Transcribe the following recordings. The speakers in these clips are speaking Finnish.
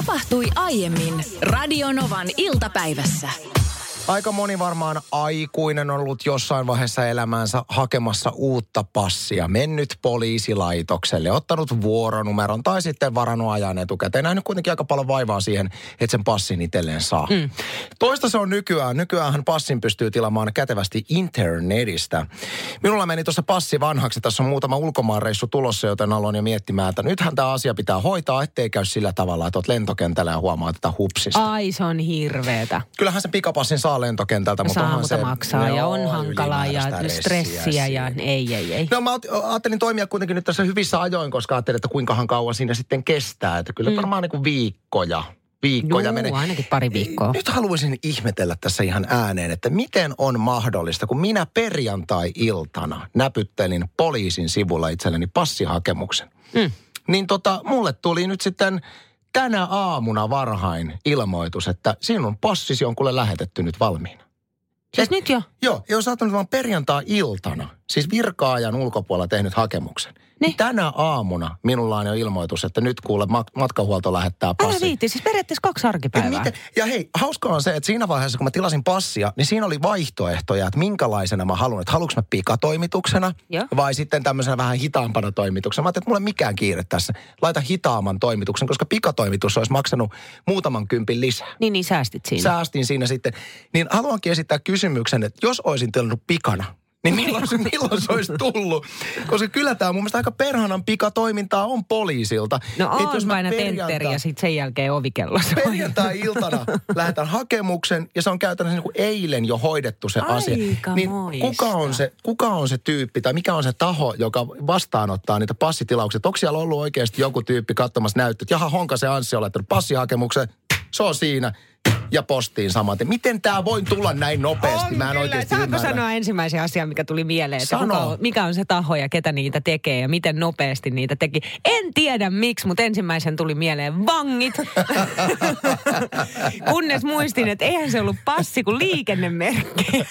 Tapahtui aiemmin Radionovan iltapäivässä. Aika moni varmaan aikuinen on ollut jossain vaiheessa elämäänsä hakemassa uutta passia. Mennyt poliisilaitokselle, ottanut vuoronumeron tai sitten varannut ajan etukäteen. Nähnyt kuitenkin aika paljon vaivaa siihen, että sen passin itselleen saa. Toista se on nykyään. Nykyäänhän passin pystyy tilaamaan kätevästi internetistä. Minulla meni tuossa passi vanhaksi. Tässä on muutama ulkomaanreissu tulossa, joten aloin jo miettimään, että nythän tämä asia pitää hoitaa, ettei käy sillä tavalla, että oot lentokentällä ja huomaa tätä hupsista. Ai, se on hirveetä. Kyllähän sen pikapassin saa lentokentältä, mutta onhan se maksaa ja on hankalaa ja stressiä ja ei. No mä ajattelin toimia kuitenkin nyt tässä hyvissä ajoin, koska ajattelin, että kuinkahan kauan siinä sitten kestää. Että kyllä varmaan niin kuin viikkoja menee. Ainakin pari viikkoa. Nyt haluaisin ihmetellä tässä ihan ääneen, että miten on mahdollista, kun minä perjantai-iltana näpyttelin poliisin sivulla itselleni passihakemuksen. Niin mulle tuli nyt sitten tänä aamuna varhain ilmoitus, että sinun passisi on kuule lähetetty nyt valmiina. Siis nyt jo? Joo, ja on saattanut vaan perjantai-iltana, siis virka-ajan ulkopuolella tehnyt hakemuksen. Niin. Tänä aamuna minulla on jo ilmoitus, että nyt kuule matkahuolto lähettää passin. Älä viitti, siis periaatteessa 2 arkipäivää. Ja hei, hauskaa on se, että siinä vaiheessa, kun mä tilasin passia, niin siinä oli vaihtoehtoja, että minkälaisena mä haluan. Että haluanko mä pikatoimituksena vai sitten tämmöisenä vähän hitaampana toimituksena. Mä ajattelin, että mulla ei mikään kiire tässä. Laita hitaamman toimituksen, koska pikatoimitus olisi maksanut muutaman kympin lisää. Niin säästit siinä. Säästin siinä sitten. Niin haluankin esittää kysymyksen, että jos olisin tilannut pikana, niin milloin se olisi tullut? Koska kyllä tämä mun mielestä aika perhanan pikatoimintaa on poliisilta. No on paina tentteri ja sitten sen jälkeen ovikello. Perjantai-iltana lähetän hakemuksen ja se on käytännössä niin kuin eilen jo hoidettu se asia. Niin kuka on se tyyppi tai mikä on se taho, joka vastaanottaa niitä passitilauksia? Onko siellä ollut oikeasti joku tyyppi katsomassa näyttöt? Jaha, Honkasen Anssi on laittanut passihakemuksen. Se on siinä. Ja postiin samaten. Miten tämä voi tulla näin nopeasti? Mä en oikeasti Saanko sanoa ensimmäisen asian, mikä tuli mieleen? Että mikä on se taho ja ketä niitä tekee ja miten nopeasti niitä teki? En tiedä miksi, mutta ensimmäisen tuli mieleen vangit. Kunnes muistin, että eihän se ollut passi kuin liikennemerkki.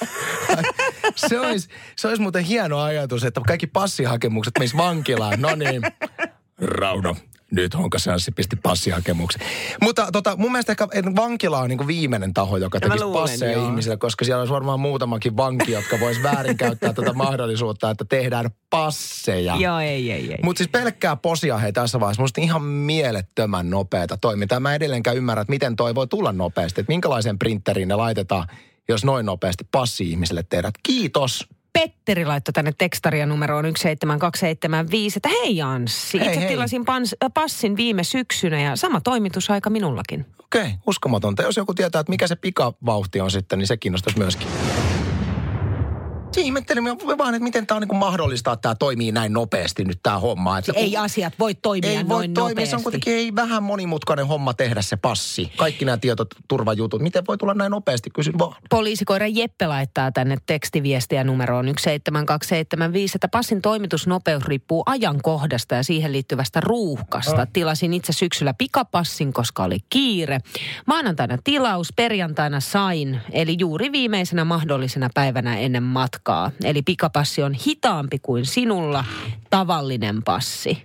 se olisi muuten hieno ajatus, että kaikki passihakemukset menis vankilaan. No niin, Rauno. Nyt Honkasen Anssi pisti passihakemuksen. Mutta mun mielestä ehkä vankila on niin kuin viimeinen taho, joka tekisi passeja ihmisille, koska siellä olisi varmaan muutamakin vanki, jotka vois väärinkäyttää tätä mahdollisuutta, että tehdään passeja. Joo, ei. Mutta siis pelkkää posia hei tässä vaiheessa. Musta ihan mielettömän nopeata toimintaa. Mä edelleenkään ymmärrän, että miten toi voi tulla nopeasti. Että minkälaiseen printeriin ne laitetaan, jos noin nopeasti passi ihmiselle tehdään. Kiitos. Petteri laittoi tänne tekstaria numeroon 17275, että hei Anssi, itse tilasin passin viime syksynä ja sama toimitusaika minullakin. Okei, uskomatonta. Jos joku tietää, että mikä se pikavauhti on sitten, niin se kiinnostaisi myöskin. Ihmettelimme vaan, että miten tämä on niin kuin mahdollista, että tämä toimii näin nopeasti nyt tämä homma. Että ei asiat voi toimia noin nopeasti. Se on kuitenkin vähän monimutkainen homma tehdä se passi. Kaikki nämä tietoturvajutut. Miten voi tulla näin nopeasti? Kysyn vaan. Poliisikoira Jeppe laittaa tänne tekstiviestiä numeroon 17275, että passin toimitusnopeus riippuu ajankohdasta ja siihen liittyvästä ruuhkasta. Tilasin itse syksyllä pikapassin, koska oli kiire. Maanantaina tilaus, perjantaina sain, eli juuri viimeisenä mahdollisena päivänä ennen matkaa. Eli pikapassi on hitaampi kuin sinulla tavallinen passi.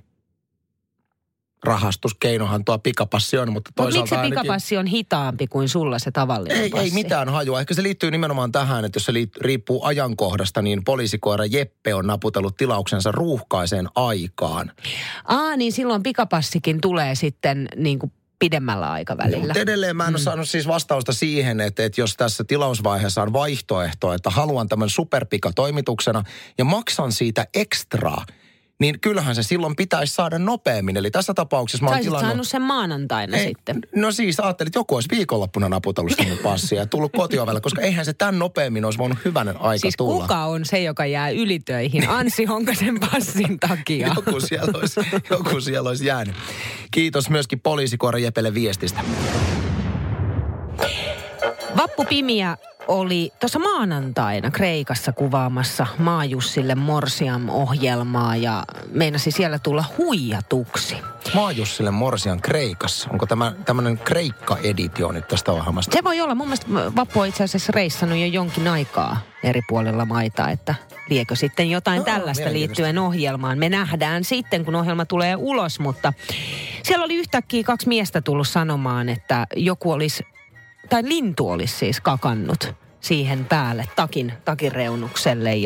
Rahastuskeinohan tuo pikapassi on, mutta toisaalta miksi se pikapassi on hitaampi kuin sulla se tavallinen passi? Ei mitään hajua. Ehkä se liittyy nimenomaan tähän, että jos se riippuu ajankohdasta, niin poliisikoira Jeppe on naputellut tilauksensa ruuhkaiseen aikaan. Niin silloin pikapassikin tulee sitten niin kuin pidemmällä aikavälillä. Mutta edelleen mä en ole saanut siis vastausta siihen, että jos tässä tilausvaiheessa on vaihtoehto, että haluan tämän superpikatoimituksena ja maksan siitä ekstraa, niin kyllähän se silloin pitäisi saada nopeammin. Eli tässä tapauksessa mä oon tilannut... saanut sen maanantaina sitten. No siis ajattelin, että joku olisi viikonloppuna naputellut sinun passia ja tullut kotiovelle, koska eihän se tämän nopeammin olisi voinut hyvänen aika siis tulla. Siis kuka on se, joka jää ylitöihin Anssi Honkasen passin takia? joku siellä olisi jäänyt. Kiitos myöskin poliisikoira Jepelle viestistä. Vappupimiä oli tuossa maanantaina Kreikassa kuvaamassa Maajussille Morsiam-ohjelmaa ja meinasi siellä tulla huijatuksi. Maajussille Morsian Kreikassa. Onko tämä tämmöinen Kreikka-editio nyt tästä ohjelmasta? Se voi olla. Mun mielestä Vappu on itse asiassa reissannut jo jonkin aikaa eri puolilla maita, että liekö sitten jotain tällaista liittyen ohjelmaan. Me nähdään sitten, kun ohjelma tulee ulos, mutta siellä oli yhtäkkiä 2 miestä tullut sanomaan, että joku olisi, tai lintu olisi siis kakannut siihen päälle takin reunukselle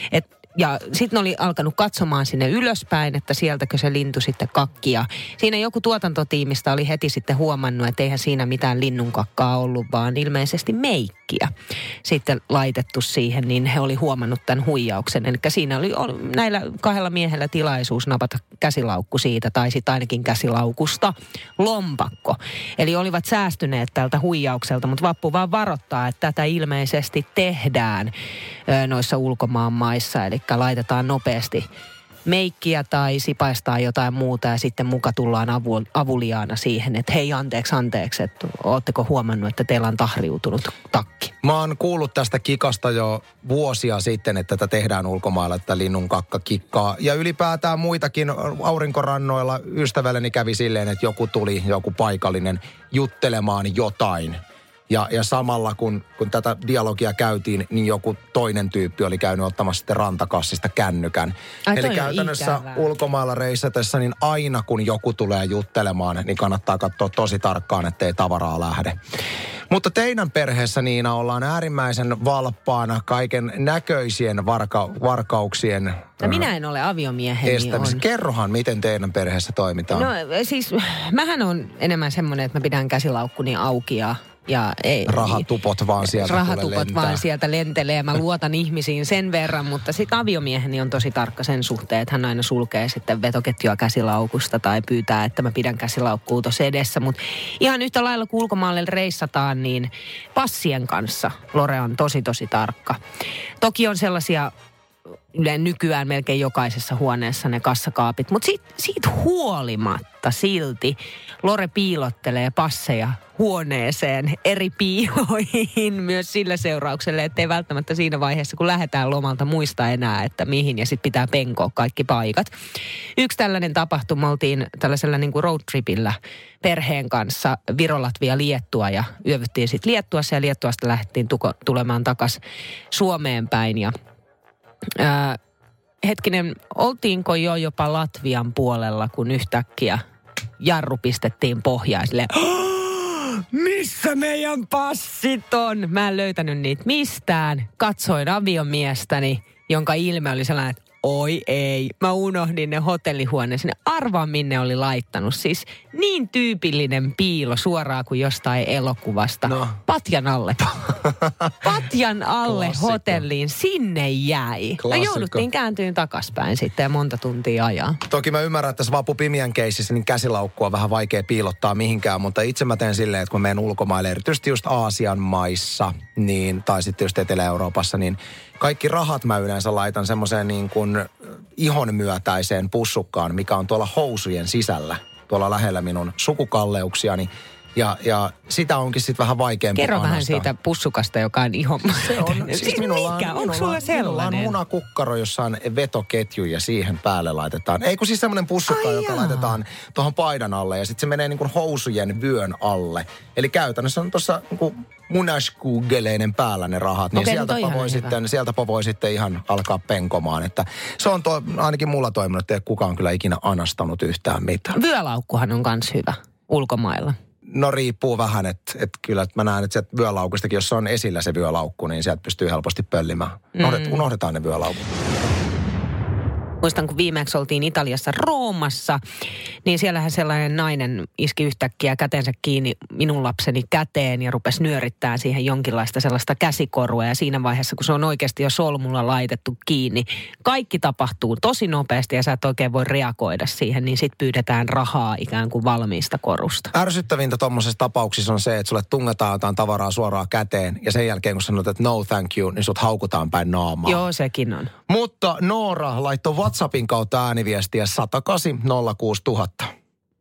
ja sitten oli alkanut katsomaan sinne ylöspäin, että sieltäkö se lintu sitten kakki. Ja siinä joku tuotantotiimistä oli heti sitten huomannut, että eihän siinä mitään linnunkakkaa ollut, vaan ilmeisesti meikkiä sitten laitettu siihen, niin he oli huomannut tämän huijauksen. Eli siinä oli näillä 2 miehellä tilaisuus napata käsilaukku siitä, tai sitten ainakin käsilaukusta lompakko. Eli olivat säästyneet tältä huijaukselta, mutta Vappu vaan varoittaa, että tätä ilmeisesti tehdään noissa ulkomaan maissa, eli laitetaan nopeasti meikkiä tai sipaistaan jotain muuta ja sitten muka tullaan avuliaana siihen, että hei anteeksi, että ootteko huomannut, että teillä on tahriutunut takki? Mä oon kuullut tästä kikasta jo vuosia sitten, että tätä tehdään ulkomailla, että linnunkakka-kikkaa. Ja ylipäätään muitakin aurinkorannoilla ystävälleni kävi silleen, että joku paikallinen juttelemaan jotain. Ja samalla kun tätä dialogia käytiin, niin joku toinen tyyppi oli käynyt ottamassa sitten rantakassista kännykän. Eli käytännössä ulkomailla reissatessa, niin aina kun joku tulee juttelemaan, niin kannattaa katsoa tosi tarkkaan, ettei tavaraa lähde. Mutta teidän perheessä, Niina, ollaan äärimmäisen valppaana kaiken näköisien varkauksien minä en ole aviomieheni. Estämisessä. Kerrohan, miten teidän perheessä toimitaan. No siis, mähän on enemmän semmoinen, että mä pidän käsilaukkuni auki ja ei, rahatupot vaan sieltä lentelee. Mä luotan ihmisiin sen verran, mutta sitten aviomieheni on tosi tarkka sen suhteen, että hän aina sulkee sitten vetoketjua käsilaukusta tai pyytää, että mä pidän käsilaukkuu tuossa edessä. Mutta ihan yhtä lailla kun ulkomaalle reissataan, niin passien kanssa Lore on tosi tarkka. Toki on sellaisia nykyään melkein jokaisessa huoneessa ne kassakaapit. Mutta siitä huolimatta silti Lore piilottelee passeja huoneeseen eri piiloihin myös sillä seurauksella, ettei välttämättä siinä vaiheessa, kun lähdetään lomalta muista enää, että mihin ja sitten pitää penkoa kaikki paikat. Yksi tällainen tapahtuma, oltiin tällaisella niin kuin roadtripillä perheen kanssa Viro, Latvia, Liettua ja yövyttiin sitten Liettuassa ja Liettuasta lähdettiin tulemaan takaisin Suomeen päin ja oltiinko jo jopa Latvian puolella, kun yhtäkkiä jarru pistettiin pohjaan silleen, missä meidän passit on? Mä en löytänyt niitä mistään. Katsoin aviomiestäni, jonka ilme oli sellainen, että oi ei. Mä unohdin ne hotellihuoneeseen. Arvaa minne oli laittanut. Siis niin tyypillinen piilo suoraan kuin jostain elokuvasta. No. Patjan alle. Patjan alle Klassikko. Hotelliin. Sinne jäi. Klassikko. Ja jouduttiin kääntyyn takaspäin sitten ja monta tuntia ajaa. Toki mä ymmärrän, että tässä Vapu Pimiän keississä niin käsilaukkua on vähän vaikea piilottaa mihinkään. Mutta itse mä teen silleen, että kun menen ulkomaille, erityisesti just Aasian maissa, niin, tai sitten just Etelä-Euroopassa, niin kaikki rahat mä yleensä laitan semmoiseen niin kuin ihonmyötäiseen pussukkaan, mikä on tuolla housujen sisällä, tuolla lähellä minun sukukalleuksiani. Ja sitä onkin sitten vähän vaikeampi Kerro vähän siitä pussukasta, joka on ihon. Se on, siis onko sulla sellainen? Minulla on munakukkaro, jossa on vetoketju ja siihen päälle laitetaan. Ei kun siis semmoinen pussukka, joka laitetaan tuohon paidan alle ja sitten se menee niin kuin housujen vyön alle. Eli käytännössä on tuossa niin kuin munaskuugeleinen päällä ne rahat. Niin sieltäpä voi sitten ihan alkaa penkomaan. Että se on ainakin mulla toiminut, että ei kukaan kyllä ikinä anastanut yhtään mitään. Vyölaukkuhan on kans hyvä ulkomailla. No riippuu vähän, että kyllä että mä näen, että sieltä vyölaukustakin, jos se on esillä se vyölaukku, niin sieltä pystyy helposti pöllimään. Unohdetaan ne vyölaukut. Muistan, kun viimeksi oltiin Italiassa Roomassa, niin siellähän sellainen nainen iski yhtäkkiä kätensä kiinni minun lapseni käteen ja rupesi nyörittämään siihen jonkinlaista sellaista käsikorua. Ja siinä vaiheessa, kun se on oikeasti jo solmulla laitettu kiinni, kaikki tapahtuu tosi nopeasti ja sä et oikein voi reagoida siihen, niin sit pyydetään rahaa ikään kuin valmiista korusta. Ärsyttävintä tuommoisessa tapauksessa on se, että sulle tungetaan jotain tavaraa suoraan käteen ja sen jälkeen kun sanot, että no thank you, niin sut haukutaan päin naamaa. Joo, sekin on. Mutta Noora laittoi WhatsAppin kautta ääniviestiä 108 06000.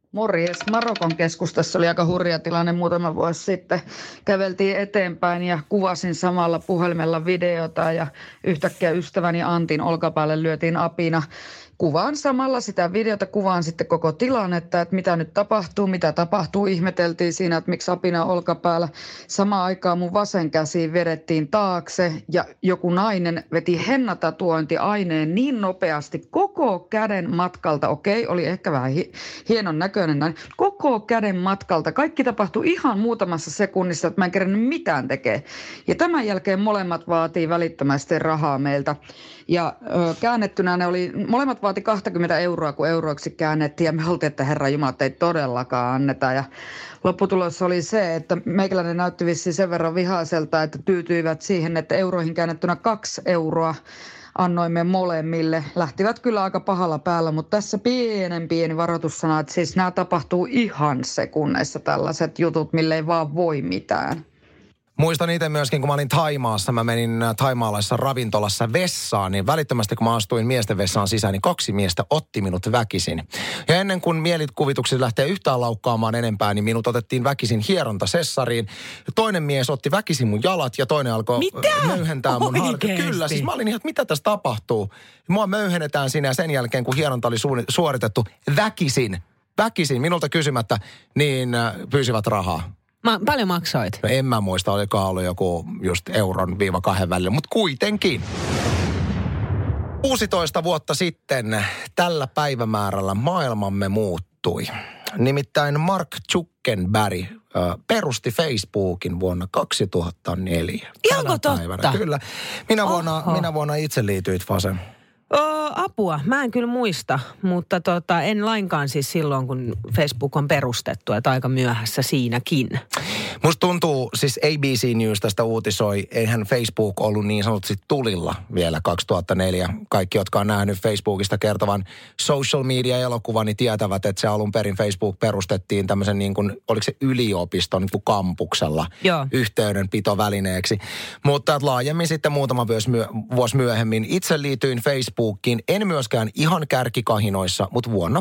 Morjes. Marokon keskustassa oli aika hurja tilanne muutama vuosi sitten. Käveltiin eteenpäin ja kuvasin samalla puhelimella videota ja yhtäkkiä ystäväni Antin olkapäälle lyötiin apina. Kuvaan samalla sitä videota, kuvaan sitten koko tilannetta, että mitä nyt tapahtuu, mitä tapahtuu. Ihmeteltiin siinä, että miksi apina olkapäällä. Samaan aikaan mun vasen käsi vedettiin taakse ja joku nainen veti hennatatuointiaineen niin nopeasti koko käden matkalta. Okei, oli ehkä vähän hienon näköinen näin. Koko käden matkalta. Kaikki tapahtui ihan muutamassa sekunnissa, että mä en kerennyt mitään tekemään. Ja tämän jälkeen molemmat vaatii välittömästi rahaa meiltä. Ja käännettynä ne oli, molemmat vaati 20 euroa, kun euroiksi käännettiin. Ja me oltiin, että herra Jumala, ei todellakaan anneta. Ja lopputulos oli se, että meikäläinen näytti vissiin sen verran vihaiselta, että tyytyivät siihen, että euroihin käännettynä 2 euroa annoimme molemmille. Lähtivät kyllä aika pahalla päällä, mutta tässä pieni varoitussana, että siis nämä tapahtuu ihan sekunneissa tällaiset jutut, mille ei vaan voi mitään. Muistan itse myöskin, kun mä olin Thaimaassa, mä menin thaimaalaisessa ravintolassa vessaan, niin välittömästi kun mä astuin miesten vessaan sisään, niin 2 miestä otti minut väkisin. Ja ennen kuin mielikuvituksessa lähtee yhtään laukkaamaan enempää, niin minut otettiin väkisin hierontasessariin. Toinen mies otti väkisin mun jalat ja toinen alkoi möyhentää mun hartiat. Kyllä, siis mä olin ihan, että mitä tässä tapahtuu. Mua möyhennetään siinä ja sen jälkeen, kun hieronta oli suoritettu väkisin, minulta kysymättä, niin pyysivät rahaa. Paljon maksoit? No en mä muista, olikaan ollut joku just 1-2 välillä, mutta kuitenkin. 16 vuotta sitten tällä päivämäärällä maailmamme muuttui. Nimittäin Mark Zuckerberg perusti Facebookin vuonna 2004. Ihanko totta? Kyllä. Minä vuonna itse liityit Faseen. Apua. Mä en kyllä muista, mutta en lainkaan siis silloin, kun Facebook on perustettu, että aika myöhässä siinäkin. Musta tuntuu, siis ABC News tästä uutisoi, eihän Facebook ollut niin sanotusti tulilla vielä 2004. Kaikki, jotka on nähnyt Facebookista kertovan social media-elokuvan, niin tietävät, että se alun perin Facebook perustettiin tämmöisen niin kuin, oliko se yliopiston niin kuin kampuksella yhteydenpitovälineeksi. Mutta laajemmin sitten muutama vuosi myöhemmin itse liityin Facebookiin, en myöskään ihan kärkikahinoissa, mutta vuonna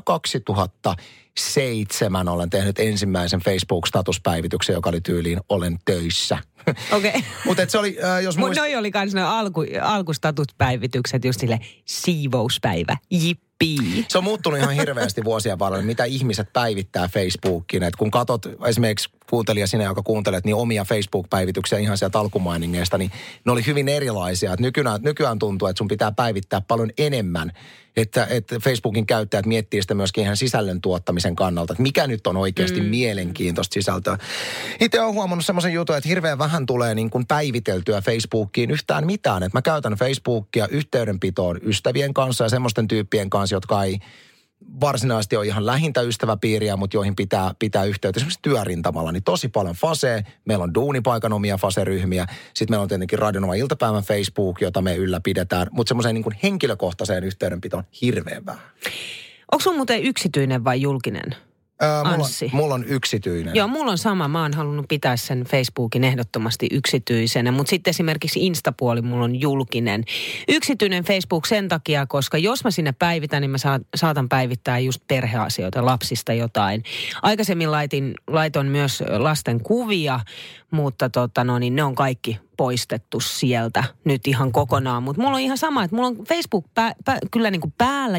2007 olen tehnyt ensimmäisen Facebook-statuspäivityksen, joka oli tyyliin olen töissä. Okei. Okay. Mutta se oli, jos muist... Noi oli kans alkustatuspäivitykset just sille siivouspäivä, jippii. Se on muuttunut ihan hirveästi vuosien varrella, mitä ihmiset päivittää Facebookiin. Et kun katot esimerkiksi kuuntelija sinä, joka kuuntelet, niin omia Facebook-päivityksiä ihan sieltä alkumainingeista, niin ne oli hyvin erilaisia. Et nykyään tuntuu, että sun pitää päivittää paljon enemmän. Että Facebookin käyttäjät miettii sitä myöskin ihan sisällön tuottamisen kannalta, että mikä nyt on oikeasti mielenkiintoista sisältöä. Itse olen huomannut semmoisen jutun, että hirveän vähän tulee niin kuin päiviteltyä Facebookiin yhtään mitään. Että mä käytän Facebookia yhteydenpitoon ystävien kanssa ja semmoisten tyyppien kanssa, jotka ei varsinaisesti ole ihan lähintä ystäväpiiriä, mutta joihin pitää yhteyttä. Esimerkiksi työrintamalla, niin tosi paljon Fasea. Meillä on duunipaikan omia Fase-ryhmiä. Sitten meillä on tietenkin Radio Nova iltapäivän Facebook, jota me ylläpidetään. Mutta semmoiseen niin kuin henkilökohtaiseen yhteydenpitoon hirveän vähän. Onko sun muuten yksityinen vai julkinen? Mulla on yksityinen. Joo, mulla on sama. Mä oon halunnut pitää sen Facebookin ehdottomasti yksityisenä, mutta sitten esimerkiksi Instapuoli mulla on julkinen. Yksityinen Facebook sen takia, koska jos mä sinne päivitän, niin mä saatan päivittää just perheasioita, lapsista jotain. Aikaisemmin laitoin myös lasten kuvia, mutta niin ne on kaikki poistettu sieltä nyt ihan kokonaan. Mutta mulla on ihan sama, että mulla on Facebook kyllä niin kuin päällä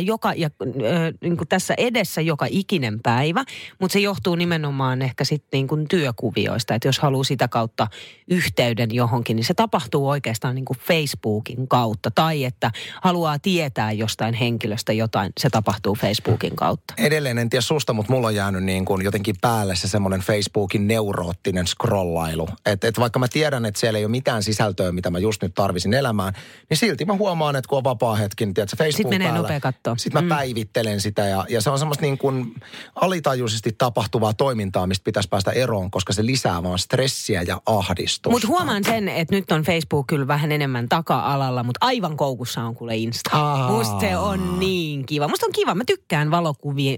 niin kuin tässä edessä joka ikinen päivä, mutta se johtuu nimenomaan ehkä sitten niin kuin työkuvioista, että jos haluaa sitä kautta yhteyden johonkin, niin se tapahtuu oikeastaan niin kuin Facebookin kautta. Tai että haluaa tietää jostain henkilöstä jotain, se tapahtuu Facebookin kautta. Edelleen en tiedä susta, mutta mulla on jäänyt niin kuin jotenkin päälle se semmoinen Facebookin neuroottinen scrollailu. Että vaikka mä tiedän, että siellä ei ole mitään sisältöä, mitä mä just nyt tarvisin elämään, niin silti mä huomaan, että kun on vapaa hetki, niin tiedätkö, Facebook sitten menee päällä, nopea katsoa. Sitten mä päivittelen sitä ja se on semmoista niin kuin alitajuisesti tapahtuvaa toimintaa, mistä pitäisi päästä eroon, koska se lisää vaan stressiä ja ahdistusta. Mutta huomaan sen, että nyt on Facebook kyllä vähän enemmän taka-alalla, mutta aivan koukussa on kuule Insta. Musta se on niin kiva. Musta on kiva. Mä tykkään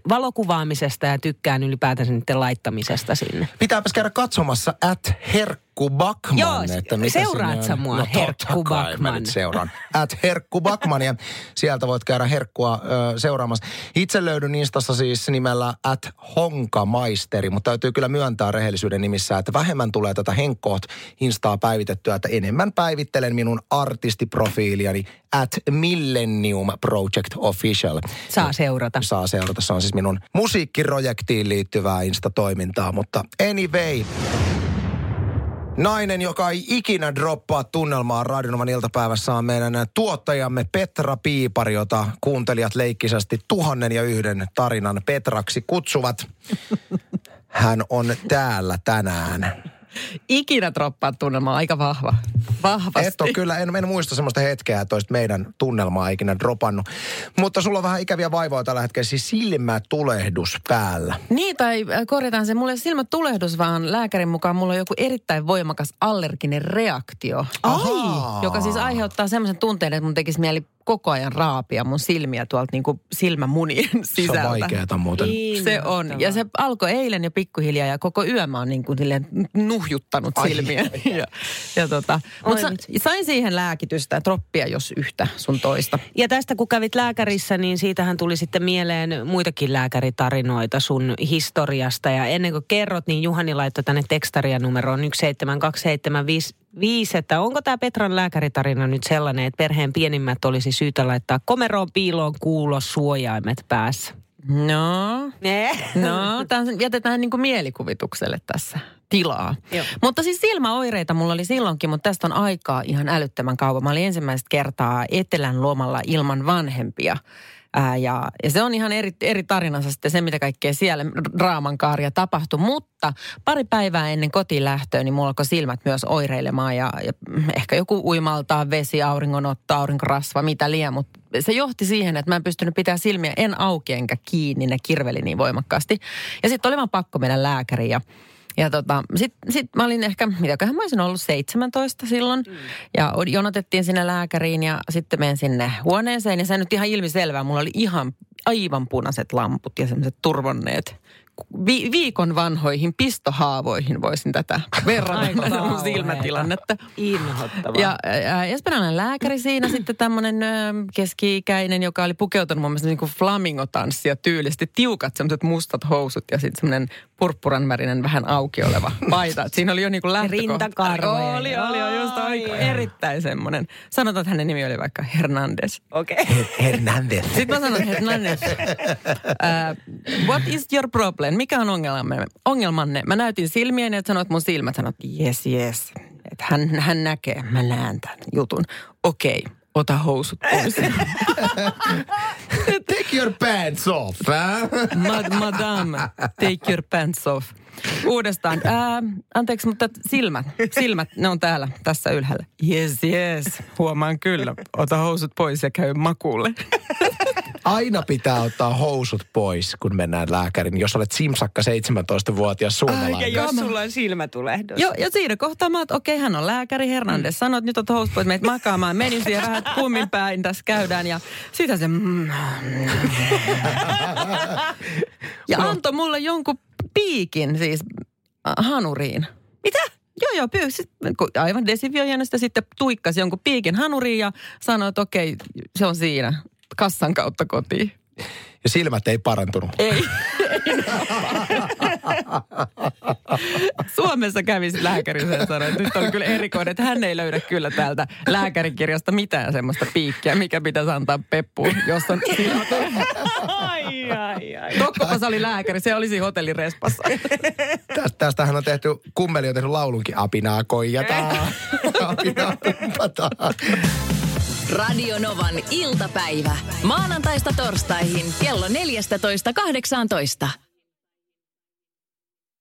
valokuvaamisesta ja tykkään ylipäätänsä niiden laittamisesta sinne. Pitääpäs käydä katsomassa @herkku Herkku Backman. Joo, että mitä seuraat sä mua, Herkku Backman? Mä nyt seuraan. Herkku Backman ja sieltä voit käydä Herkkua seuraamassa. Itse löydyn Instassa siis nimellä @honkamaisteri, mutta täytyy kyllä myöntää rehellisyyden nimissä, että vähemmän tulee tätä Henkkoot Instaa päivitettyä, että enemmän päivittelen minun artistiprofiiliani @Millennium Project Official. Saa seurata. Saa seurata. Se on siis minun musiikkiprojektiin liittyvää Insta-toimintaa, mutta anyway. Nainen, joka ei ikinä droppaa tunnelmaa Radio Novan iltapäivässä, on meidän tuottajamme Petra Piipari, jota kuuntelijat leikkisästi 1001 tarinan Petraksi kutsuvat. Hän on täällä tänään. Ikinä droppaa tunnelmaa, aika vahvasti. Et ole kyllä, en muista semmoista hetkeä, että olisit meidän tunnelmaa ikinä dropannut. Mutta sulla on vähän ikäviä vaivoja tällä hetkellä, siis silmätulehdus päällä. Niin, tai korjataan se, mulla ei ole silmätulehdus, vaan lääkärin mukaan mulla on joku erittäin voimakas allerginen reaktio. Ahaa. Joka siis aiheuttaa semmoisen tunteen, että mun tekisi mieli koko ajan raapia mun silmiä tuolta niinku silmämunien sisältä. Se on vaikeeta muuten. Se on. Ja se alkoi eilen jo pikkuhiljaa ja koko yö mä oon niinku nuhjuttanut silmiä. Mutta sain siihen lääkitystä, droppia jos yhtä sun toista. Ja tästä kun kävit lääkärissä, niin siitähän tuli sitten mieleen muitakin lääkäritarinoita sun historiasta. Ja ennen kuin kerrot, niin Juhani laittoi tänne tekstaria numeroon 17275, että onko tämä Petran lääkäritarina nyt sellainen, että perheen pienimmät olisi syytä laittaa komeroon piiloon kuulosuojaimet päässä? No, jätetään niin kuin mielikuvitukselle tässä tilaa. Joo. Mutta siis silmäoireita mulla oli silloinkin, mutta tästä on aikaa ihan älyttömän kauan. Mä olin ensimmäistä kertaa Etelän lomalla ilman vanhempia. Ja se on ihan eri tarinansa sitten se, mitä kaikkea siellä draamankaaria tapahtui. Mutta pari päivää ennen kotiin lähtöä, niin mulla alkoi silmät myös oireilemaan ja ehkä joku uimaltaa, vesi, auringonotto, aurinkorasva, mitä liian. Mutta se johti siihen, että mä en pystynyt pitämään silmiä en auki enkä kiinni, ne kirveli niin voimakkaasti. Ja sitten oli vaan pakko mennä lääkäriin ja sit mä olin ehkä, mitäköhän mä olisin ollut 17 silloin. Ja jonotettiin sinne lääkäriin ja sitten menen sinne huoneeseen. Ja se nyt ihan ilmiselvää. Mulla oli aivan punaiset lamput ja semmoiset turvonneet. Viikon vanhoihin pistohaavoihin voisin tätä verrata mun silmätilannetta. Inhottavaa. Ja espanjalainen lääkäri siinä sitten tämmöinen keski-ikäinen, joka oli pukeutunut mun mielestä niin kuin flamingotanssia tyylisesti. Tiukat semmoiset mustat housut ja sitten semmoinen purppuranvärinen vähän auki oleva paita. Et siinä oli jo niin kuin lähtökohta. Rintakarvoja. Oli just erittäin semmoinen. Sanotaan, että hänen nimi oli vaikka Hernandez. Okei. Hernandez. Sitten mä sanon Hernandez. What is your problem? Mikä on ongelmanne? Mä näytin silmiäni, että sanoit mun silmät. Sanoit, yes. Että hän näkee, mä näen tämän jutun. Okei, ota housut pois. Take your pants off, Madame, take your pants off. Uudestaan. Anteeksi, mutta silmät, ne on täällä, tässä ylhäällä. Yes, huomaan kyllä. Ota housut pois ja käy makuulle. Aina pitää ottaa housut pois, kun mennään lääkärin, jos olet simsakka 17-vuotias suomalainen. Eikä jos sulla on silmätulehdus. Joo, ja siinä kohtaa mä okei, hän on lääkäri, Hernandez sanoi, että nyt ota housut pois, meitä makaamaan. Menin siihen vähän kummin päin, tässä käydään ja sitä se ja antoi mulle jonkun piikin siis hanuriin. Mitä? Joo, aivan desinfioijasta sitten tuikkasi jonkun piikin hanuriin ja sanoi, että okei, se on siinä. Kassan kautta kotiin. Ja silmät ei parantunut. Ei. Suomessa kävi lääkärissä ja sanoi, että nyt on kyllä erikoinen, että hän ei löydä kyllä täältä lääkärikirjasta mitään semmoista piikkiä, mikä pitäisi antaa peppuun, jos on silmät. Ai. Tokkopas oli lääkäri, se olisi hotellirespassa. Tästähän on tehty, Kummeli on tehnyt laulunkin apinaa koijataan. Apinaa pumpataan. Radio Novan iltapäivä. Maanantaista torstaihin kello 14.18.